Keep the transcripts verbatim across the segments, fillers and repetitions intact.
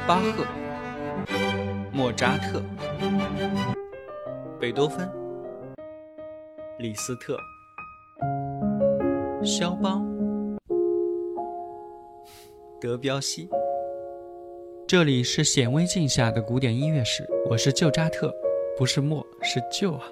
巴赫、莫扎特、贝多芬、李斯特、肖邦、德彪西。这里是显微镜下的古典音乐史，我是旧扎特，不是莫，是旧啊。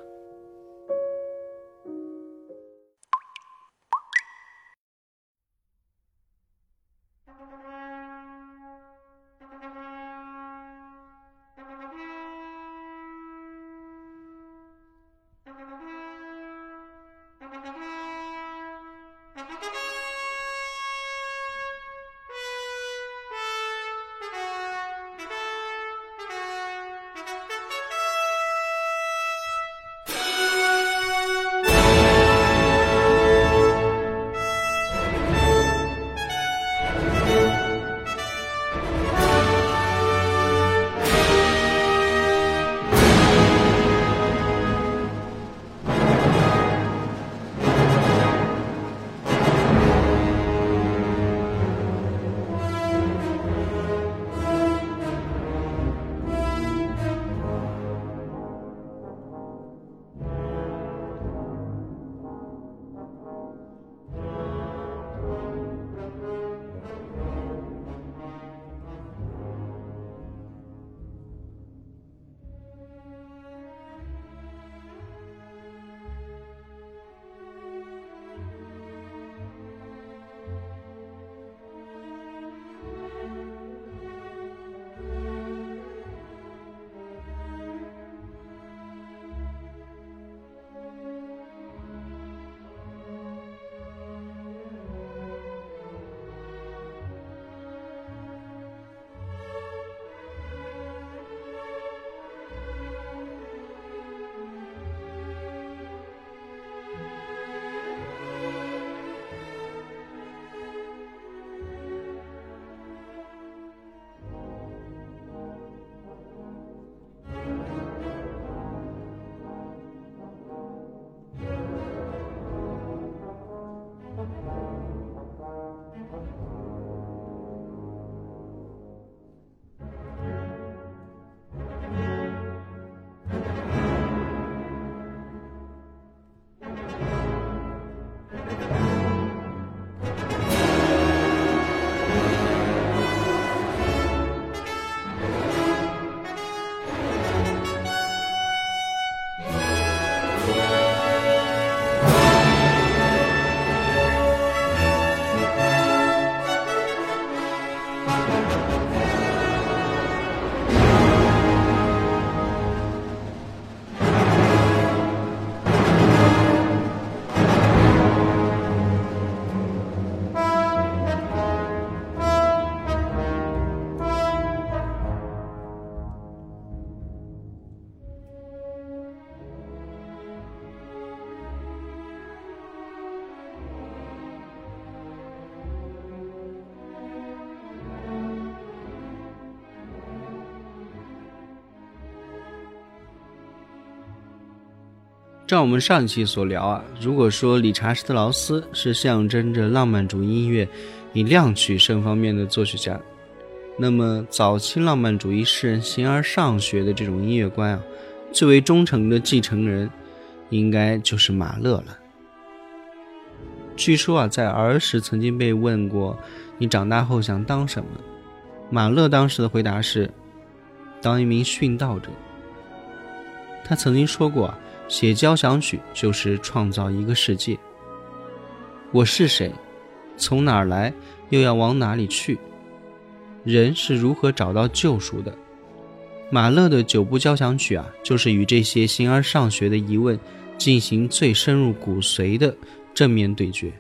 照我们上一期所聊啊，如果说理查施特劳斯是象征着浪漫主义音乐以量取胜方面的作曲家，那么早期浪漫主义诗人形而上学的这种音乐观啊，最为忠诚的继承人应该就是马勒了。据说啊，在儿时曾经被问过你长大后想当什么，马勒当时的回答是当一名殉道者。他曾经说过啊，写交响曲就是创造一个世界。我是谁？从哪儿来？又要往哪里去？人是如何找到救赎的？马勒的九部交响曲啊，就是与这些形而上学的疑问进行最深入骨髓的正面对决。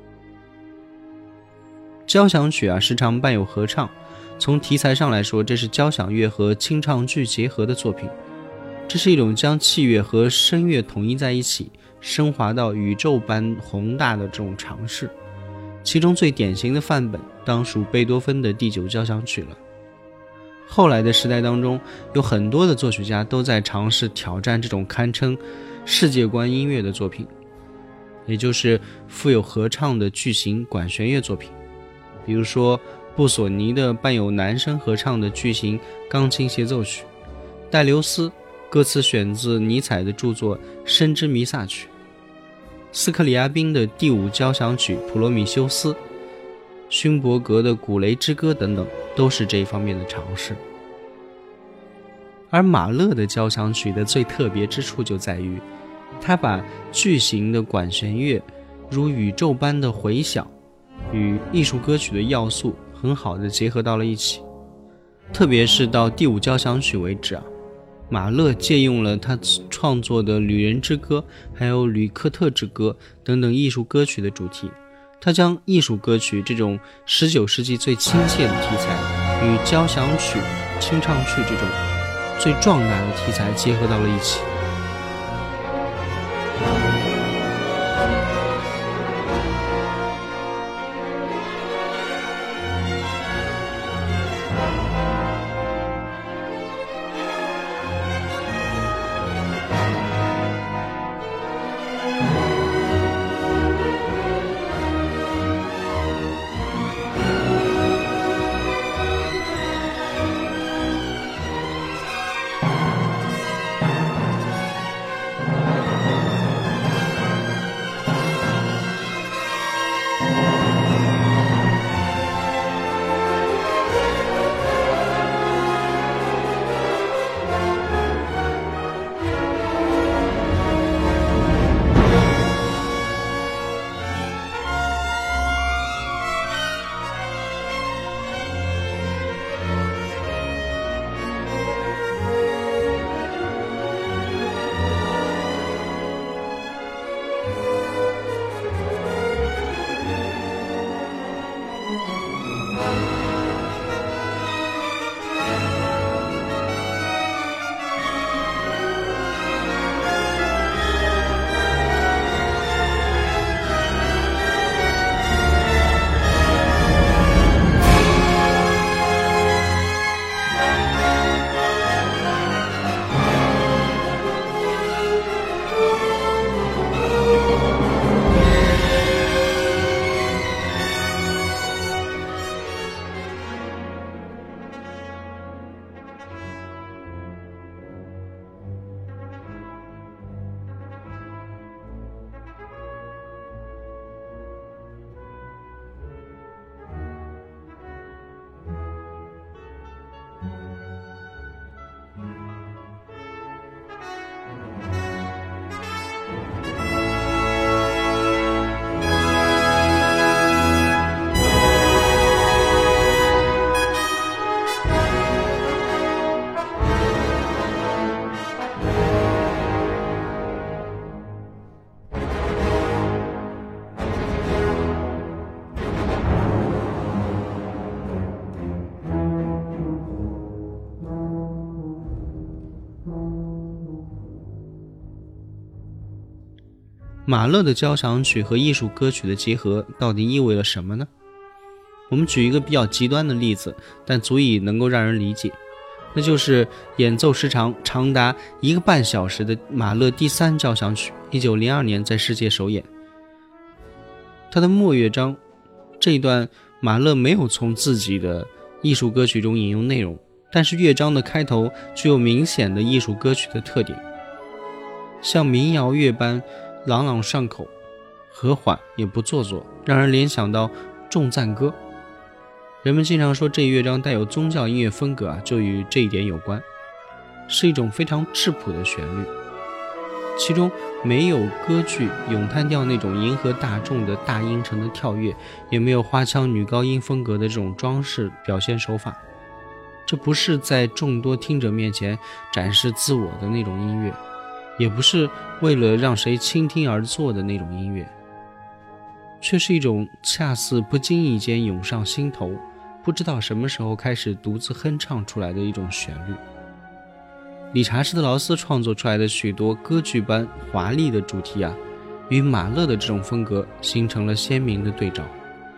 交响曲啊，时常伴有合唱，从题材上来说，这是交响乐和清唱剧结合的作品。这是一种将器乐和声乐统一在一起，升华到宇宙般宏大的这种尝试。其中最典型的范本当属贝多芬的第九交响曲了。后来的时代当中，有很多的作曲家都在尝试挑战这种堪称世界观音乐的作品，也就是富有合唱的巨型管弦乐作品。比如说布索尼的伴有男声合唱的巨型钢琴协奏曲，戴留斯歌词选自尼采的著作《深之弥撒曲》，斯克里亚宾的第五交响曲《普罗米修斯》，勋伯格的《古雷之歌》等等，都是这一方面的尝试。而马勒的交响曲的最特别之处就在于，他把巨型的管弦乐如宇宙般的回响与艺术歌曲的要素很好的结合到了一起。特别是到第五交响曲为止啊，马勒借用了他创作的《旅人之歌》还有《吕克特之歌》等等艺术歌曲的主题，他将艺术歌曲这种十九世纪最亲切的题材与交响曲、清唱曲这种最壮大的题材结合到了一起。马勒的交响曲和艺术歌曲的结合到底意味了什么呢？我们举一个比较极端的例子，但足以能够让人理解，那就是演奏时长长达一个半小时的马勒第三交响曲，一九零二年在世界首演。他的末乐章这一段，马勒没有从自己的艺术歌曲中引用内容，但是乐章的开头具有明显的艺术歌曲的特点，像民谣乐般朗朗上口，和缓也不做作，让人联想到众赞歌。人们经常说这一乐章带有宗教音乐风格啊，就与这一点有关，是一种非常质朴的旋律，其中没有歌剧咏叹调那种迎合大众的大音程的跳跃，也没有花腔女高音风格的这种装饰表现手法，这不是在众多听者面前展示自我的那种音乐，也不是为了让谁倾听而做的那种音乐，却是一种恰似不经意间涌上心头，不知道什么时候开始独自哼唱出来的一种旋律。理查施特劳斯创作出来的许多歌剧般华丽的主题啊，与马勒的这种风格形成了鲜明的对照。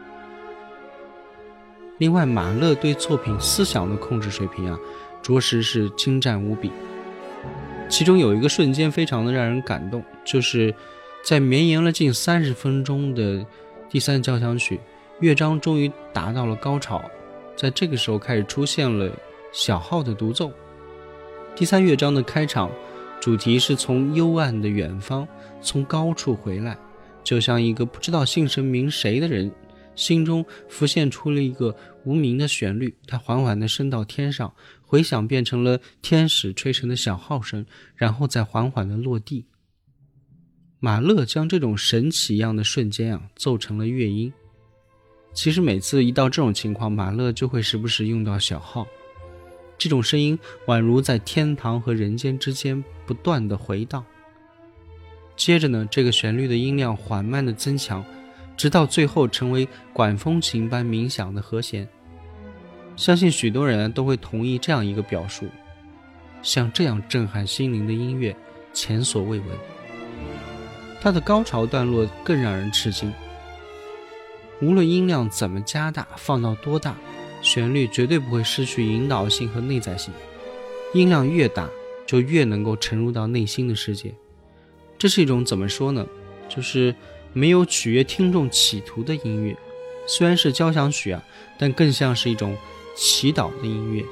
另外，马勒对作品思想的控制水平啊，着实是精湛无比。其中有一个瞬间非常的让人感动，就是在绵延了近三十分钟的第三交响曲，乐章终于达到了高潮， 在这个时候开始出现了小号的独奏。第三乐章的开场主题是从幽暗的远方，从高处回来，就像一个不知道姓甚名谁的人心中浮现出了一个无名的旋律，它缓缓地升到天上，回响变成了天使吹成的小号声，然后再缓缓地落地。马勒将这种神奇一样的瞬间啊奏成了乐音。其实每次一到这种情况，马勒就会时不时用到小号，这种声音宛如在天堂和人间之间不断的回荡。接着呢，这个旋律的音量缓慢的增强，直到最后成为管风琴般冥想的和弦。相信许多人都会同意这样一个表述：像这样震撼心灵的音乐前所未闻。它的高潮段落更让人吃惊，无论音量怎么加大，放到多大，旋律绝对不会失去引导性和内在性，音量越大就越能够沉入到内心的世界。这是一种怎么说呢，就是没有取悦听众企图的音乐，虽然是交响曲啊，但更像是一种祈祷的音乐。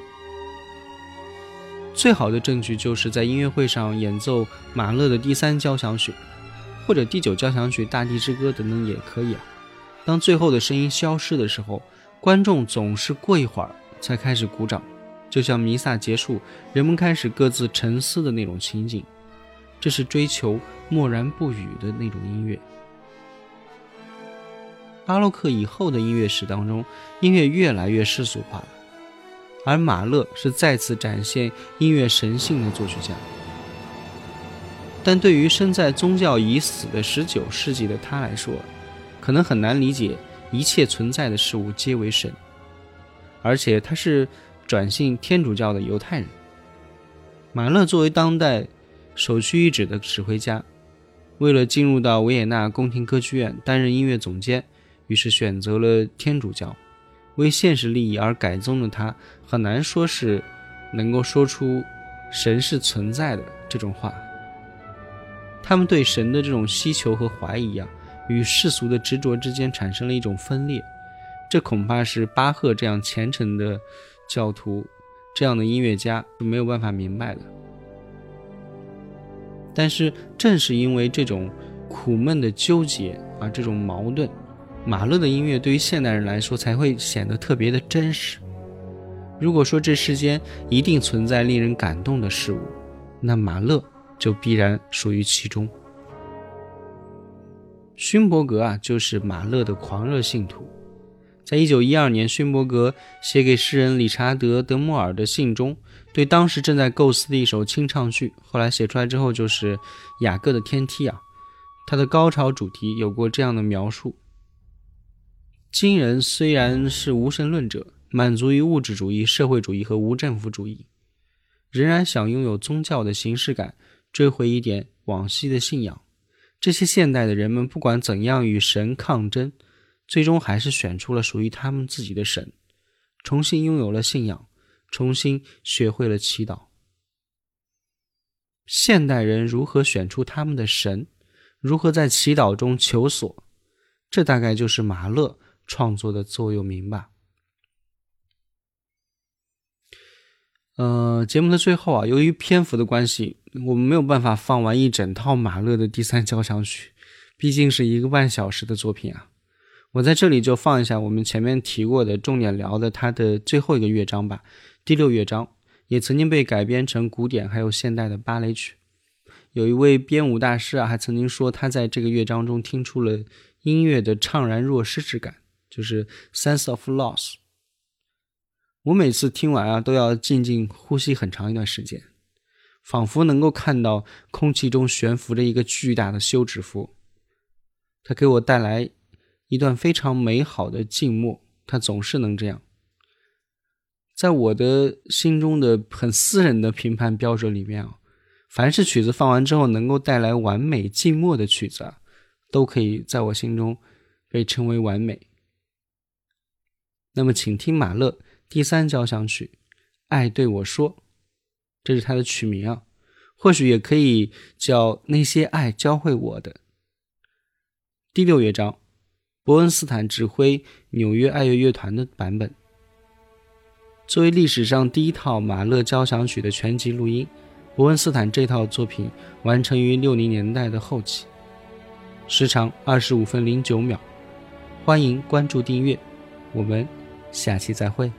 最好的证据就是在音乐会上演奏马勒的第三交响曲，或者第九交响曲大地之歌等等也可以啊。当最后的声音消失的时候，观众总是过一会儿才开始鼓掌，就像弥撒结束，人们开始各自沉思的那种情景。这是追求默然不语的那种音乐。巴洛克以后的音乐史当中，音乐越来越世俗化了，而马勒是再次展现音乐神性的作曲家。但对于身在宗教已死的十九世纪的他来说，可能很难理解一切存在的事物皆为神，而且他是转信天主教的犹太人。马勒作为当代首屈一指的指挥家，为了进入到维也纳宫廷歌剧院担任音乐总监，于是选择了天主教。为现实利益而改宗的他，很难说是能够说出神是存在的这种话。他们对神的这种希求和怀疑啊，与世俗的执着之间产生了一种分裂，这恐怕是巴赫这样虔诚的教徒，这样的音乐家是没有办法明白的。但是正是因为这种苦闷的纠结啊，这种矛盾，马勒的音乐对于现代人来说才会显得特别的真实。如果说这世间一定存在令人感动的事物，那马勒就必然属于其中。勋伯格啊，就是马勒的狂热信徒。在一九一二年，勋伯格写给诗人理查德·德莫尔的信中，对当时正在构思的一首清唱剧，后来写出来之后就是雅各的天梯啊，它的高潮主题有过这样的描述：今人虽然是无神论者，满足于物质主义、社会主义和无政府主义，仍然想拥有宗教的形式感，追回一点往昔的信仰。这些现代的人们不管怎样与神抗争，最终还是选出了属于他们自己的神，重新拥有了信仰，重新学会了祈祷。现代人如何选出他们的神，如何在祈祷中求索，这大概就是马勒创作的座右铭吧。呃，节目的最后啊，由于篇幅的关系，我们没有办法放完一整套马勒的第三交响曲，毕竟是一个半小时的作品啊。我在这里就放一下我们前面提过的重点聊的它的最后一个乐章吧，第六乐章，也曾经被改编成古典还有现代的芭蕾曲。有一位编舞大师啊，还曾经说他在这个乐章中听出了音乐的怅然若失之感，就是 sense of loss。我每次听完啊，都要静静呼吸很长一段时间，仿佛能够看到空气中悬浮着一个巨大的休止符。它给我带来一段非常美好的静默，它总是能这样。在我的心中的很私人的评判标准里面啊，凡是曲子放完之后能够带来完美静默的曲子啊，都可以在我心中被称为完美。那么请听马勒第三交响曲爱对我说，这是他的曲名啊，或许也可以叫那些爱教会我的。第六乐章，伯恩斯坦指挥纽约爱乐乐团的版本。 作为历史上第一套马勒交响曲的全集录音，伯恩斯坦这套作品完成于六零年代的后期，时长二十五分零九秒。欢迎关注订阅，我们下期再会。